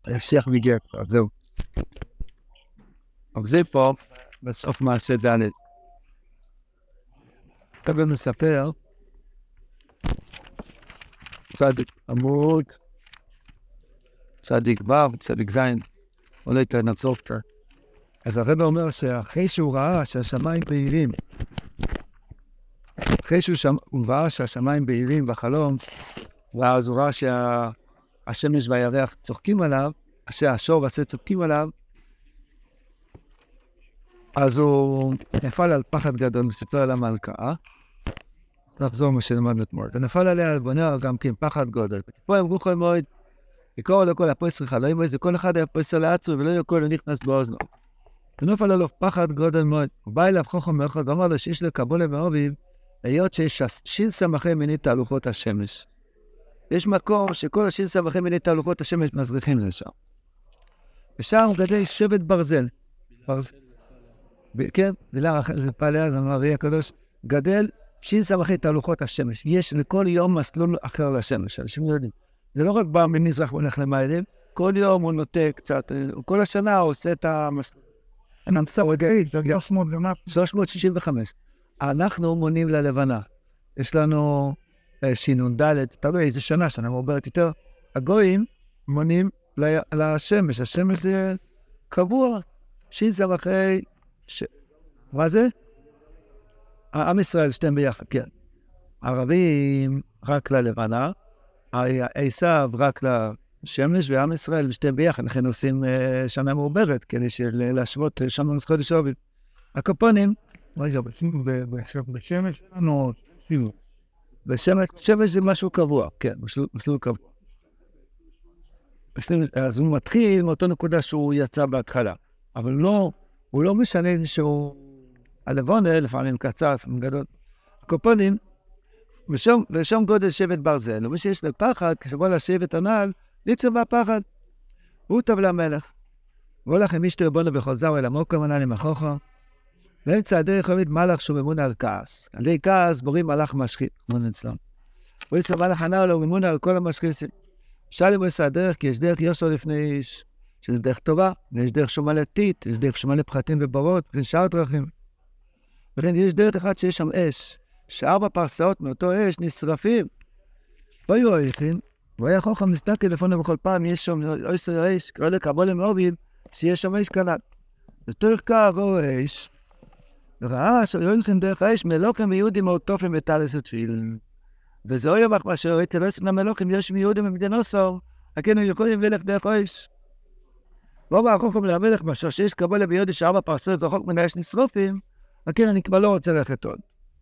שיח מגיע כבר, זהו. אבל זה פה, בסוף מעשה ד'. אתה גם מספר, צדיק עמוד, צדיק ו', צדיק ז', עולה את הנחזור כבר. אז הרב אומר שאחרי שהוא ראה שהשמיים בהירים, אחרי שהוא ראה שהשמיים בהירים בחלום, ואז הוא ראה שהשמש והירח צוחקים עליו, שהשור והשה צוחקים עליו, אז הוא נפל על פחד גדול, מספר על המלכה, נחזור מה שלמדנו אתמול, ונפל עליה על בוניה גם כן פחד גדול. פה אמרו כל מועד, יקור לכל הפועס ריחה, לא ימועד, זה כל אחד היה פועס על העצור, ולא יוקול נכנס באוזנו. ונפל עליו פחד גדול מאוד, הוא בא אליו חוכם מאחד, ואמר לו שיש לקבולה ואוביב, היות שיש שין סמכי מיני תהלוכות השמש. יש מקום שכל השין סמכי מיני תהלוכות השמש מזריחים לשם. ושם גדל שבט ברזל. כן, ולמה זה פעלה, אז אמר ראי הקדוש, גדל שין סמכי תהלוכות השמש. יש לכל יום מסלול אחר לשמש, אנשים לא יודעים. זה לא רק בא ממזרח והולך למערב, כל יום הוא נוטה קצת, כל השנה הוא עושה את המסלול. 365. אנחנו מונים ללבנה. יש לנו שינון ד', תלוי איזה שנה מעוברת יותר. הגויים מונים לשמש. השמש זה קבוע. שין סמכי... מה זה? עם ישראל שתיים ביחד, כן. ערבים רק ללבנה, עשיו רק לשמש, ועם ישראל שתיים ביחד, לכן עושים שנה מעוברת, כדי להשוות שנה חודש אביב. הקופונים, בשמש שלנו, בשמש זה משהו קבוע, כן, מסלול קבוע. אז הוא מתחיל מאותו נקודה שהוא יצא בהתחלה, אבל הוא לא משנה שהוא הלבונה, לפעמים קצר, לפעמים גדול. הקופונים, ושום גודל שבט ברזל, ומי שיש לו פחד, כשבוא לשבט הנעל, ליצוב הפחד. הוא טוב למלך. והוא לכם אישתו יבונו בכל זר, אלא מוקו מנה למחוכו. באמצע הדרך עומד מלאך שהוא ממונה על כעס. על ידי כעס בורים מלאך משחית, כמו נצלם. הוא יש לו מלאך הנעל, הוא ממונה על כל המשחיתים. שאל אם הוא עושה הדרך, כי יש דרך יושר לפני איש, שזה דרך טובה, ויש דרך שומלתית, יש דרך שומלת פחתים וברות, ושאר דרכים. וכן יש דרך אחת שיש שם אש, שארבע פרסאות מאותו אש נשרפים. לא יהיו הולכים, והיה חוכם מסתכל לפונה בכל פעם, יש שם עשר אש, קרא לקבולה מאוביב, שיש שם אש קנת. ותוך כך הוא אש, וראה שלא הולכים דרך האש, מלוכים ויהודים מאותופים וטלס ותפילין. וזה לא יומח מה שראיתי, לא יסגנה מלוכים, יש מיהודים במדינוסור, הכנו יכולים ולך דרך האש. לא בא החוכם למלך משהו שיש קבולה ביהודי שארבע פרסאות רחוק מן האש נשרופים, הכן אני כבר לא רוצה ללכת עוד.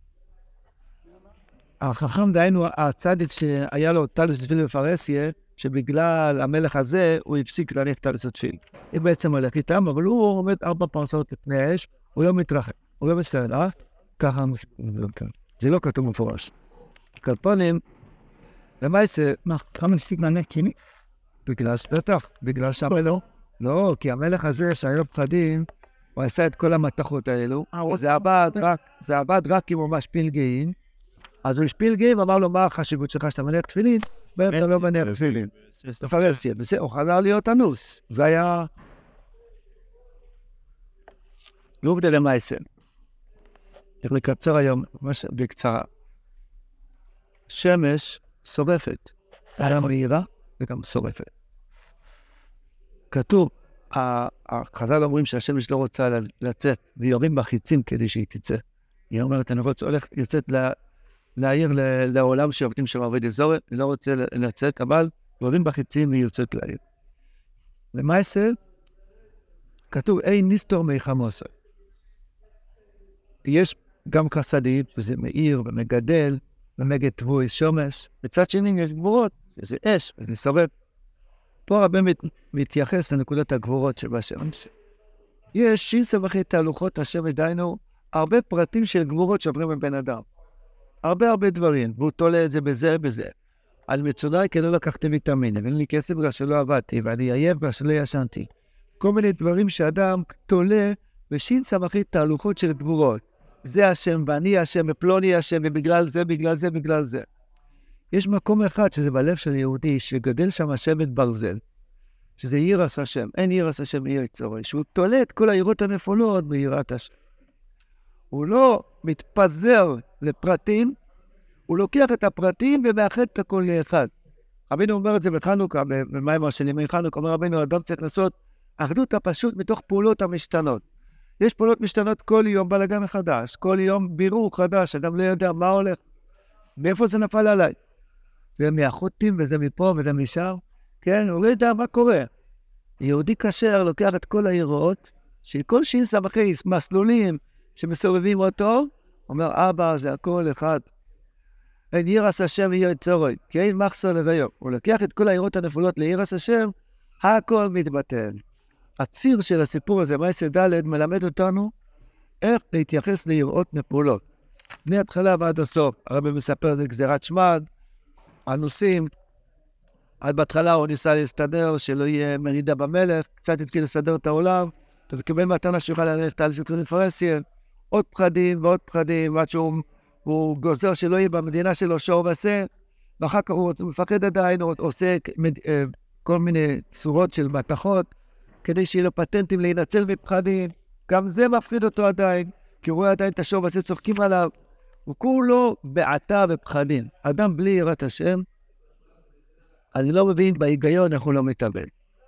החכם דהיינו הצדיק שהיה לו טלוס תפיל בפרסיה, שבגלל המלך הזה הוא הפסיק להניח טלוס תפיל. היא בעצם הולך איתם, אבל הוא עומד ארבע פרסאות לפני האש, הוא לא מתרחק, הוא לא מצטער, ככה זה לא כתוב מפורש. הקלפונים, למעשה, כמה נסתיק מענה קיני? בגלל שהמלך, לא, כי המלך הזה שהיה לו פחדים, הוא עשה את כל המתחות האלו, זה עבד רק אם הוא משפיל גאים, אז הוא השפיל גאים, אמר לו, מה החשיבות שלך שאתה מניח תפילין? באמת אתה לא מניח תפילין. בפרסיה, וזה, הוא חזר להיות אנוס. זה היה... עובדה למעשה. איך לקצר היום, בקצרה. שמש שורפת, היה מהירה וגם שורפת. כתוב, החז"ל אומרים שהשמש לא רוצה לצאת, ויורים בחיצים כדי שהיא תצא. היא אומרת, אני יוצאת להעיר לעולם שעובדים שם עובד אזורת, היא לא רוצה לצאת, אבל יורים בחיצים והיא יוצאת להעיר. למעשה, כתוב, אין ניסתור מי חמוסה. יש גם חסדים, וזה מאיר ומגדל, ומגד תבוי שומש. בצד שני יש גבורות, וזה אש, וזה שורף. פה הרבה מתייחס לנקודות הגבורות שבשמש. יש שין סמכי תהלוכות השמש, דיינו, הרבה פרטים של גבורות שעוברים בבן אדם. הרבה דברים, והוא תולה את זה בזה. על מצונאי כי לא לקחתי ויטמינים, ואין לי כסף בגלל שלא עבדתי, ואני עייף בגלל שלא ישנתי. כל מיני דברים שאדם תולה בשין סמכי תהלוכות של גבורות. זה השם, ואני השם, ופלוני השם, ובגלל זה. יש מקום אחד שזה בלב של יהודי, שגדל שם שבט ברזל, שזה יראת השם. אין יראת השם מיראת צורוי, שהוא תולה את כל היראות הנפולות ביראת השם. הוא לא מתפזר לפרטים, הוא לוקח את הפרטים ומאחד את הכל לאחד. רבינו אומר את זה בחנוכה, במים השנים מחנוכה, אומר רבינו, אדם צריך לעשות אחדות הפשוט מתוך פעולות המשתנות. יש פעולות משתנות כל יום בלגן מחדש, כל יום בירור חדש, אדם לא יודע מה הולך, מאיפה זה נפל עליי. זה מהחוטים וזה מפה וזה משם, כן, הוא לא יודע מה קורה. יהודי כשר לוקח את כל היראות, שכל שין סמכי מסלולים שמסובבים אותו, אומר, אבא, זה הכל אחד. אין יראת השם יראת צורוי, כי אין מחסור לרעהו. הוא לוקח את כל היראות הנפולות ליראת השם, הכל מתבטל. הציר של הסיפור הזה, מעשה ד' מלמד אותנו איך להתייחס ליראות נפולות. מההתחלה ועד הסוף, הרבי מספר את גזירת שמד, הנושאים, עד בהתחלה הוא ניסה להסתדר, שלא יהיה מרידה במלך, קצת התחיל לסדר את העולם, אתה תקבל מתנה שיוכל ללכת על שוקרין פרסיה, עוד פחדים ועוד פחדים, עד שהוא גוזר שלא יהיה במדינה שלו שור ועשה, ואחר כך הוא מפחד עדיין, הוא עושה כל מיני צורות של מתכות, כדי שיהיה לו פטנטים להינצל מפחדים, גם זה מפחיד אותו עדיין, כי הוא רואה עדיין את השור ועשה, צוחקים עליו, הוא כולו בעתה ופחדים. אדם בלי יראת השם, אני לא מבין בהיגיון איך הוא לא מתאבל.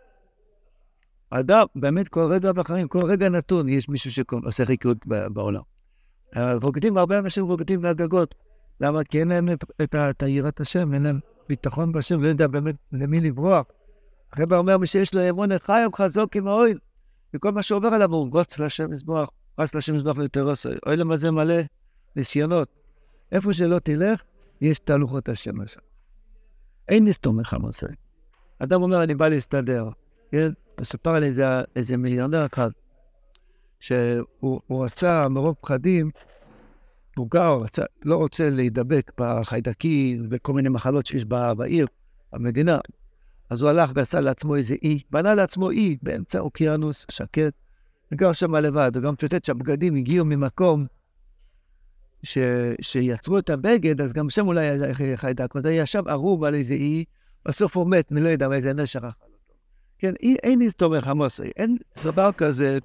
אדם, באמת כל רגע בחיים, כל רגע נתון, יש מישהו שעושה חיקות בעולם. רוקדים, הרבה אנשים רוקדים מהגגות. למה? כי אין להם את יראת השם, אין להם ביטחון בשם, לא יודע באמת למי לברוח. הרב אומר, מי שיש לו אמון חיים חזוק עם האוהל, וכל מה שעובר עליו הוא רץ להשם מזבח, רץ להשם מזבח ליתרוסי. אוהל הזה מלא ניסיונות. איפה שלא תלך, יש תהלוכות השם הזה. אין נסתום לך מוסי. אדם אומר, אני בא להסתדר. כן? מספר על איזה מיליונר אחד, שהוא רצה מרוב פחדים, הוא לא רוצה להידבק בחיידקים וכל מיני מחלות שיש בעיר, במדינה. אז הוא הלך ועשה לעצמו איזה אי, בנה לעצמו אי באמצע אוקיינוס שקט, וגר שם לבד, הוא גם פשוט שהבגדים הגיעו ממקום שיצרו את הבגד, אז גם שם אולי היה חיידק, הוא ישב ערוב על איזה אי, בסוף הוא מת, מי לא יודע, איזה נשך אכל אותו. כן, אין נסתומך המוסי, אין דבר כזה,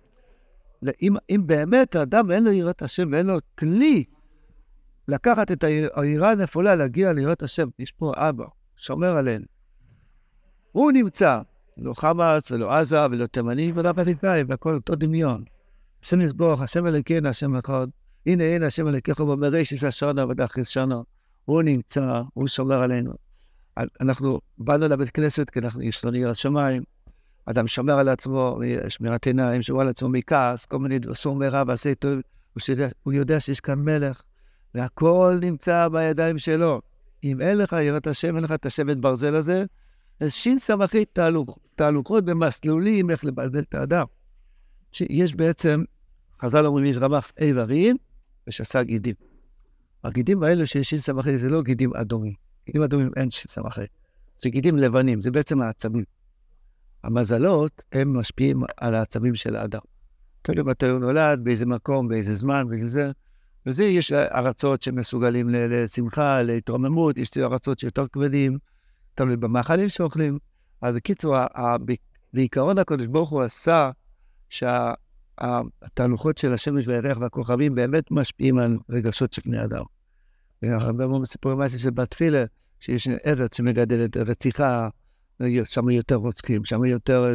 אם באמת האדם אין לו יראת השם ואין לו כלי לקחת את היראה הנפולה, להגיע ליראת השם, יש פה אבא, שומר עלינו. הוא נמצא, לא חמאס ולא עזה ולא תימני ולא אמריקאי, והכל אותו דמיון. השם יסבורך, השם אלוקינו, השם אחד. הנה, השם אלוקיך במרשת השנה ובאחרית שנה. הוא נמצא, הוא שומר עלינו. אנחנו באנו לבית כנסת, כי יש לנו יראת שמיים. אדם שומר על עצמו, שמירת עיניים, שומר על עצמו מכעס, כל מיני אסור מרע ועשה טוב. הוא יודע שיש כאן מלך, והכל נמצא בידיים שלו. אם אין לך יראת השם, אין לך את השבט ברזל הזה, אז שין סמכי תהלוכות במסלולים איך לבלבל את האדם. שיש בעצם, חז"ל אומרים, יש רמ"ח איברים ושס"ה גידים. הגידים האלו שיש שין סמכי זה לא גידים אדומים. גידים אדומים אין שין סמכי. זה גידים לבנים, זה בעצם העצבים. המזלות הם משפיעים על העצבים של האדם. תלוי מתי הוא נולד, באיזה מקום, באיזה זמן, באיזה זה. וזה יש ארצות שמסוגלים לשמחה, להתרוממות, יש ארצות שיותר כבדים, תלוי במאכלים שאוכלים. אז בקיצור, בעיקרון הקדוש ברוך הוא עשה שהתהלוכות של השמש והירח והכוכבים באמת משפיעים על רגשות של בני אדם. הרבה מאוד סיפורים מעשיים של בת תפילה, שיש ארץ שמגדלת רציחה, שם יותר רוצחים, שם יותר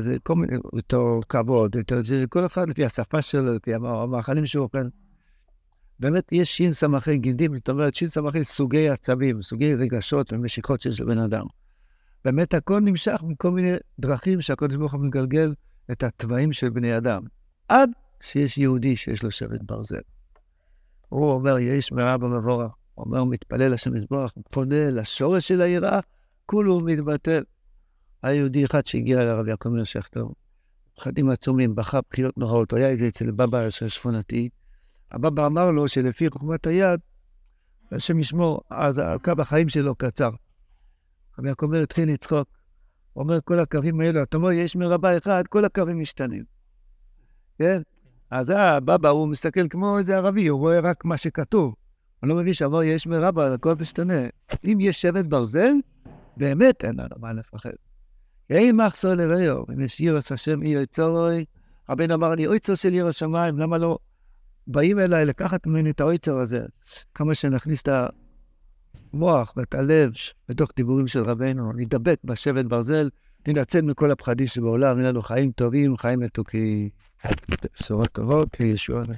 כבוד, כל אחד לפי השפה שלו, לפי המאכלים שהוא אוכל. באמת יש שין סמכי גידים, זאת אומרת שין סמכי סוגי עצבים, סוגי רגשות ומשיכות שיש לבן אדם. באמת הכל נמשך מכל מיני דרכים שהקדוש ברוך הוא מגלגל את הטבעים של בני אדם. עד שיש יהודי שיש לו שבט ברזל. הוא אומר, יש מרע במבורח. הוא אומר, מתפלל השם יזבח, פונה לשורש של היראה, כולו מתבטל. היהודי אחד שהגיע לרב יעקב מאיר שכטר, פחדים עצומים, בכה בחילות נוראות, הוא היה איזה אצל בבא של שכונתי, הבבא אמר לו שלפי חוכמת היד, השם ישמור, אז הקו החיים שלו קצר. רב יעקב מאיר התחיל לצחוק, הוא אומר, כל הקווים האלו, אתה אומר, יש מרבה אחד, כל הקווים משתנים. כן? אז הבבא הוא מסתכל כמו איזה ערבי, הוא רואה רק מה שכתוב. הוא לא מבין שאמר, יש מרבה, הכל משתנה. אם יש שבט ברזל, באמת אין לנו מה לפחד. אין מחסור לראיו, אם יש ירס השם אי יצורוי, רבנו אמר אני אויצר של ירס שמיים, למה לא באים אליי לקחת ממני את האויצר הזה, כמה שנכניס את המוח ואת הלב בתוך דיבורים של רבנו, נדבק בשבט ברזל, ננצל מכל הפחדים שבעולם, נראה לו חיים טובים, חיים מתוקים, בשורות טובות, ישוע.